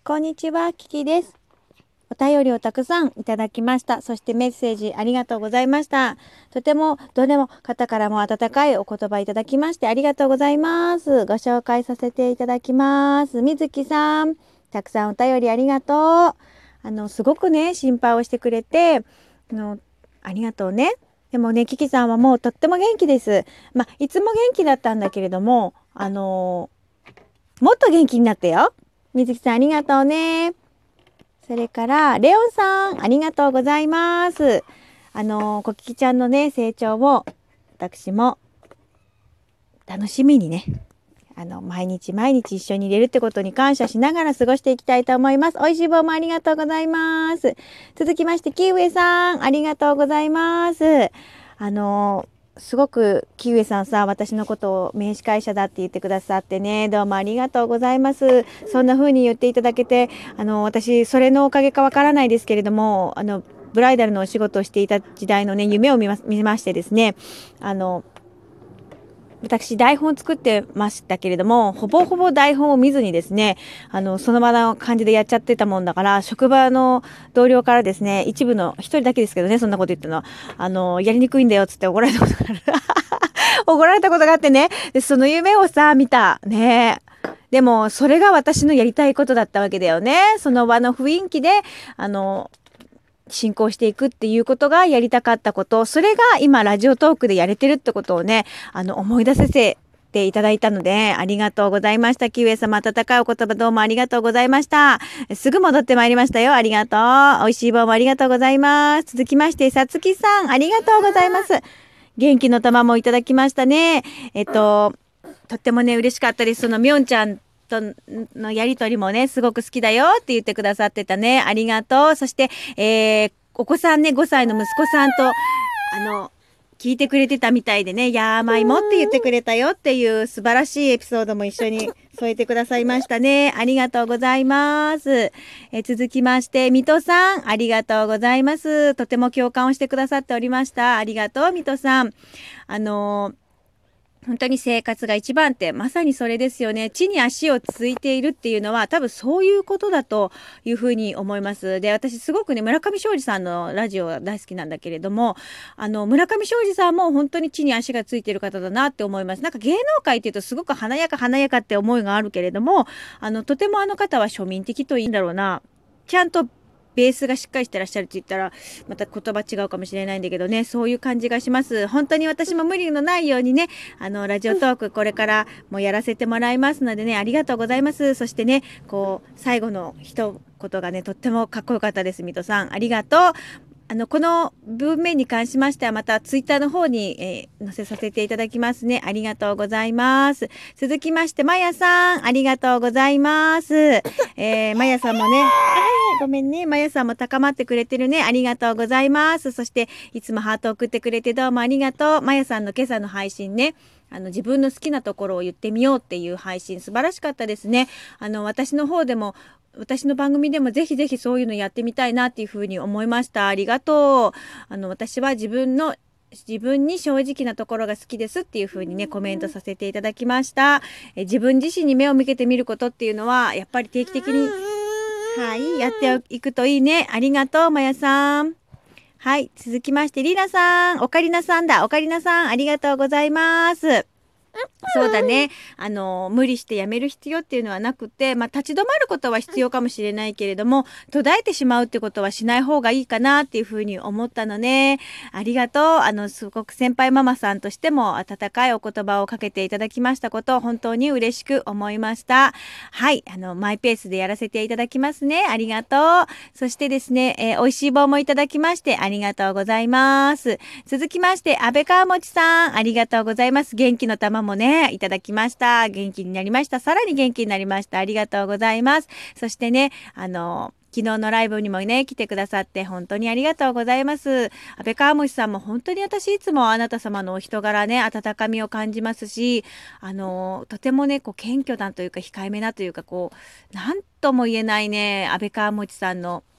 こんにちは、キキです。お便りをたくさんいただきました。そしてメッセージありがとうございました。とてもどれも方からも温かいお言葉いただきましてありがとうございます。ご紹介させていただきます。みずきさん、たくさんお便りありがとう。すごくね、心配をしてくれて、ありがとうね。でもね、キキさんはもうとっても元気です。いつも元気だったんだけれども、もっと元気になってよ。みずきさんありがとうね。それから、レオンさん、ありがとうございます。コキキちゃんのね、成長を、私も、楽しみにね、毎日毎日一緒に入れるってことに感謝しながら過ごしていきたいと思います。おいしい棒もありがとうございます。続きまして、キウエさん、ありがとうございます。すごくキウエさんさ、私のことを名司会者だって言ってくださってね、どうもありがとうございます。そんな風に言っていただけて、私、それのおかげかわからないですけれども、ブライダルのお仕事をしていた時代のね、夢を見ましてですね、私台本を作ってましたけれども、ほぼほぼ台本を見ずにですね、その場の感じでやっちゃってたもんだから、職場の同僚からですね、一部の、一人だけですけどね、そんなこと言ったのは、やりにくいんだよっつって怒られたことがある。怒られたことがあってね、でその夢をさ、見た。ね。でも、それが私のやりたいことだったわけだよね。その場の雰囲気で、進行していくっていうことがやりたかったこと、それが今ラジオトークでやれてるってことをね、思い出させていただいたので、ありがとうございました。キウエ様、温かいお言葉どうもありがとうございました。すぐ戻ってまいりましたよ。ありがとう。美味しい棒もありがとうございます。続きまして、さつきさん、ありがとうございます。元気の玉もいただきましたね。とってもね、嬉しかったです。そのみょんちゃんとのやりとりもね、すごく好きだよって言ってくださってたね。ありがとう。そして、お子さんね、5歳の息子さんと、聞いてくれてたみたいでね、やーまいもって言ってくれたよっていう素晴らしいエピソードも一緒に添えてくださいましたね。ありがとうございます。続きまして、水戸さん、ありがとうございます。とても共感をしてくださっておりました。ありがとう、水戸さん。本当に生活が一番ってまさにそれですよね。地に足をついているっていうのは多分そういうことだというふうに思います。で、私すごくね、村上昌司さんのラジオが大好きなんだけれども、村上昌司さんも本当に地に足がついている方だなって思います。なんか芸能界っていうとすごく華やか華やかって思いがあるけれども、とてもあの方は庶民的といいんだろうな。ちゃんとベースがしっかりしてらっしゃるって言ったらまた言葉違うかもしれないんだけどね、そういう感じがします。本当に私も無理のないようにね、ラジオトークこれからもやらせてもらいますのでね、ありがとうございます。そしてね、こう最後の一言がね、とってもかっこよかったです。水戸さんありがとう。この文面に関しましてはまたツイッターの方に、載せさせていただきますね。ありがとうございます。続きましてまやさんありがとうございます。まやさんもね、ごめんね。まやさんも高まってくれてるね。ありがとうございます。そしていつもハート送ってくれてどうもありがとう。まやさんの今朝の配信ね。自分の好きなところを言ってみようっていう配信素晴らしかったですね。私の方でも私の番組でもぜひぜひそういうのやってみたいなっていうふうに思いました。ありがとう。私は自分に正直なところが好きですっていうふうにねコメントさせていただきました。自分自身に目を向けてみることっていうのはやっぱり定期的にやっていくといいね。ありがとうまやさん。はい、続きましてりなさん、オカリナさんだ。オカリナさんありがとうございます。そうだね。無理してやめる必要っていうのはなくて、立ち止まることは必要かもしれないけれども、途絶えてしまうってことはしない方がいいかなっていうふうに思ったのね。ありがとう。すごく先輩ママさんとしても温かいお言葉をかけていただきましたこと、本当に嬉しく思いました。はい。マイペースでやらせていただきますね。ありがとう。そしてですね、美味しい棒もいただきまして、ありがとうございます。続きまして、安倍川もちさん、ありがとうございます。元気の玉もね、いただきました。元気になりました。さらに元気になりました。ありがとうございます。そしてね、昨日のライブにもね、来てくださって本当にありがとうございます。安倍川虫さんも本当に私いつもあなた様のお人柄ね、温かみを感じますし、とてもね、こう謙虚なというか控えめなというか、こう、なんとも言えないね、安倍川虫さんの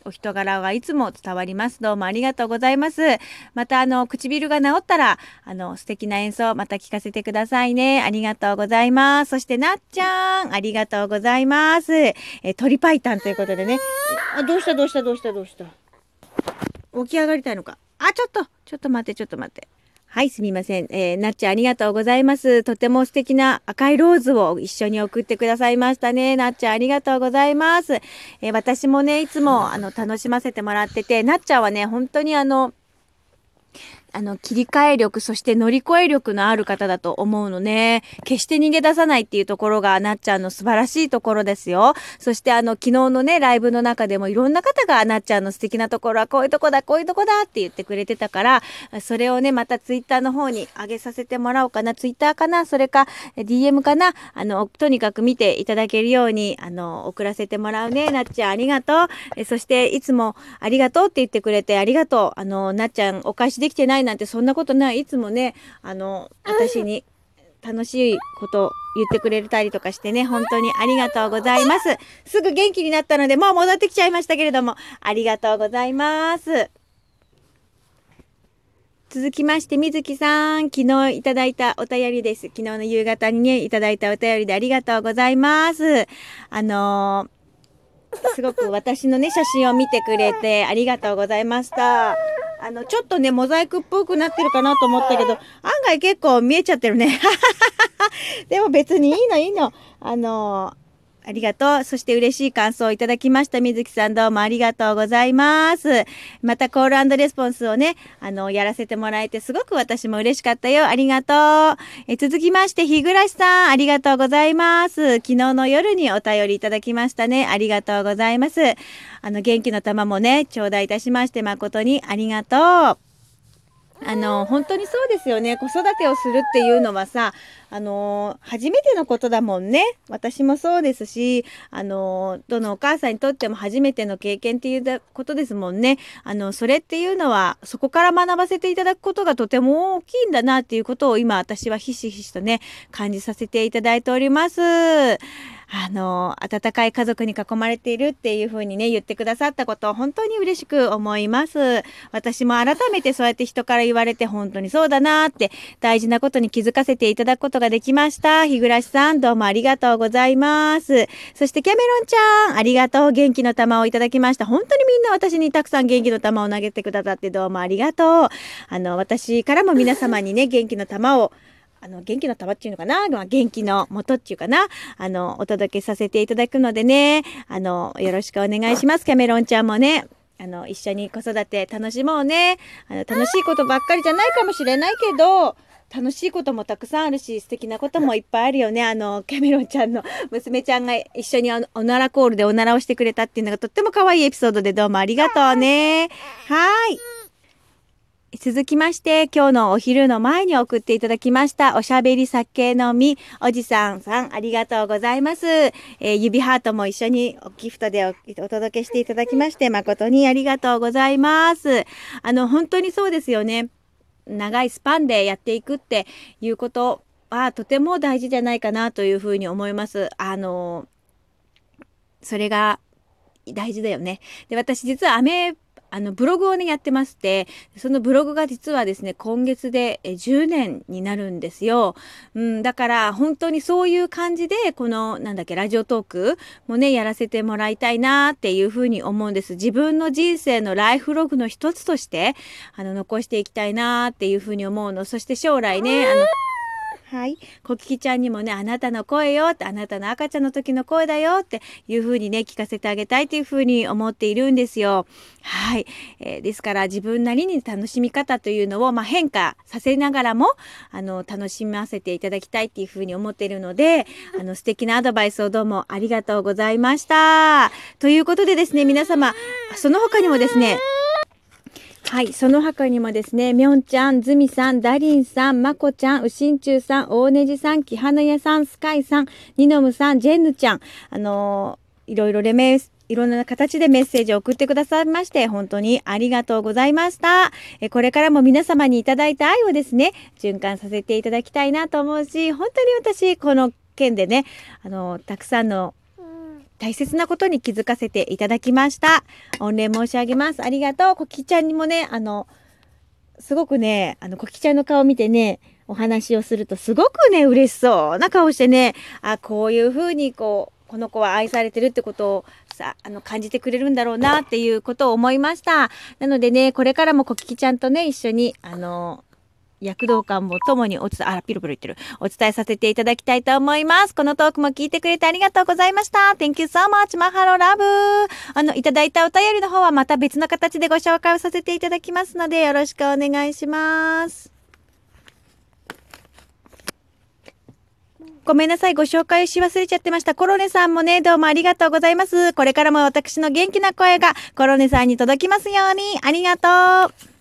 お人柄がいつも伝わります。どうもありがとうございます。また唇が治ったら素敵な演奏また聞かせてくださいね。ありがとうございます。そしてなっちゃんありがとうございます。鶏白湯ということでね。どうした。起き上がりたいのか。ちょっと待って。はい、すみません。なっちゃんありがとうございます。とても素敵な赤いローズを一緒に送ってくださいましたね。なっちゃんありがとうございます。私もね、いつも楽しませてもらってて、なっちゃんはね、本当に切り替え力、そして乗り越え力のある方だと思うのね。決して逃げ出さないっていうところがなっちゃんの素晴らしいところですよ。そして昨日のね、ライブの中でもいろんな方がなっちゃんの素敵なところはこういうとこだって言ってくれてたから、それをね、またツイッターの方に上げさせてもらおうかな。ツイッターかな、それか DM かな。とにかく見ていただけるように、送らせてもらうね。なっちゃんありがとう。そしていつもありがとうって言ってくれてありがとう。なっちゃんお返しできてないなんてそんなことない。いつもね私に楽しいこと言ってくれたりとかしてね、本当にありがとうございます。すぐ元気になったのでもう戻ってきちゃいましたけれども、ありがとうございます。続きましてみずきさん、昨日いただいたお便りです。昨日の夕方にねいただいたお便りでありがとうございます。すごく私のね写真を見てくれてありがとうございました。ちょっとねモザイクっぽくなってるかなと思ったけど、案外結構見えちゃってるね。でも別にいいの。ありがとう。そして嬉しい感想をいただきました。みずきさんどうもありがとうございます。またコール&レスポンスをね、やらせてもらえてすごく私も嬉しかったよ。ありがとう。続きまして、日暮さん、ありがとうございます。昨日の夜にお便りいただきましたね。ありがとうございます。元気の玉もね、頂戴いたしまして、誠にありがとう。本当にそうですよね。子育てをするっていうのはさ、初めてのことだもんね。私もそうですし、どのお母さんにとっても初めての経験っていうことですもんね。それっていうのは、そこから学ばせていただくことがとても大きいんだなっていうことを今私はひしひしとね、感じさせていただいております。温かい家族に囲まれているっていう風にね、言ってくださったことを本当に嬉しく思います。私も改めてそうやって人から言われて本当にそうだなって大事なことに気づかせていただくことができました。日暮さんどうもありがとうございます。そしてキャメロンちゃんありがとう。元気の玉をいただきました。本当にみんな私にたくさん元気の玉を投げてくださってどうもありがとう。私からも皆様にね元気の玉を元気の玉っていうのかな、元気の元っていうかな、お届けさせていただくのでね、よろしくお願いします。キャメロンちゃんもね、一緒に子育て楽しもうね。楽しいことばっかりじゃないかもしれないけど、楽しいこともたくさんあるし、素敵なこともいっぱいあるよね。キャメロンちゃんの娘ちゃんが一緒におならコールでおならをしてくれたっていうのがとっても可愛いエピソードでどうもありがとうね。はい。続きまして、今日のお昼の前に送っていただきました、おしゃべり酒飲み、おじさんありがとうございます。指ハートも一緒にギフトでお届けしていただきまして、誠にありがとうございます。本当にそうですよね。長いスパンでやっていくっていうことはとても大事じゃないかなというふうに思います。それが大事だよね。で、私実はブログをねやってまして、そのブログが実はですね今月で10年になるんですよ。だから本当にそういう感じでこのラジオトークもねやらせてもらいたいなっていうふうに思うんです。自分の人生のライフログの一つとして残していきたいなっていうふうに思うの。そして将来ねはい。コキキちゃんにもね、あなたの声よって、あなたの赤ちゃんの時の声だよっていう風にね、聞かせてあげたいという風に思っているんですよ。はい。ですから自分なりに楽しみ方というのを、変化させながらも、楽しませていただきたいっていう風に思っているので、素敵なアドバイスをどうもありがとうございました。ということでですね、皆様、その他にもですね、はい、その他にもですね、みょんちゃん、ずみさん、ダリンさん、まこちゃん、うしんちゅうさん、大ねじさん、きはなやさん、スカイさん、ニノムさん、ジェンヌちゃん、いろんな形でメッセージを送ってくださいまして、本当にありがとうございました。これからも皆様にいただいた愛をですね、循環させていただきたいなと思うし、本当に私、この件でね、たくさんの大切なことに気づかせていただきました。御礼申し上げます。ありがとう。コキちゃんにもね、すごくね、コキちゃんの顔見てね、お話をするとすごくね、嬉しそうな顔してね、こういうふうにこの子は愛されてるってことをさ、感じてくれるんだろうなっていうことを思いました。なのでね、これからもコキちゃんとね、一緒に、躍動感もともにピロピロ言ってる。お伝えさせていただきたいと思います。このトークも聞いてくれてありがとうございました。Thank you so much, マハロラブ。いただいたお便りの方はまた別の形でご紹介をさせていただきますので、よろしくお願いします。ごめんなさい。ご紹介し忘れちゃってました。コロネさんもね、どうもありがとうございます。これからも私の元気な声がコロネさんに届きますように。ありがとう。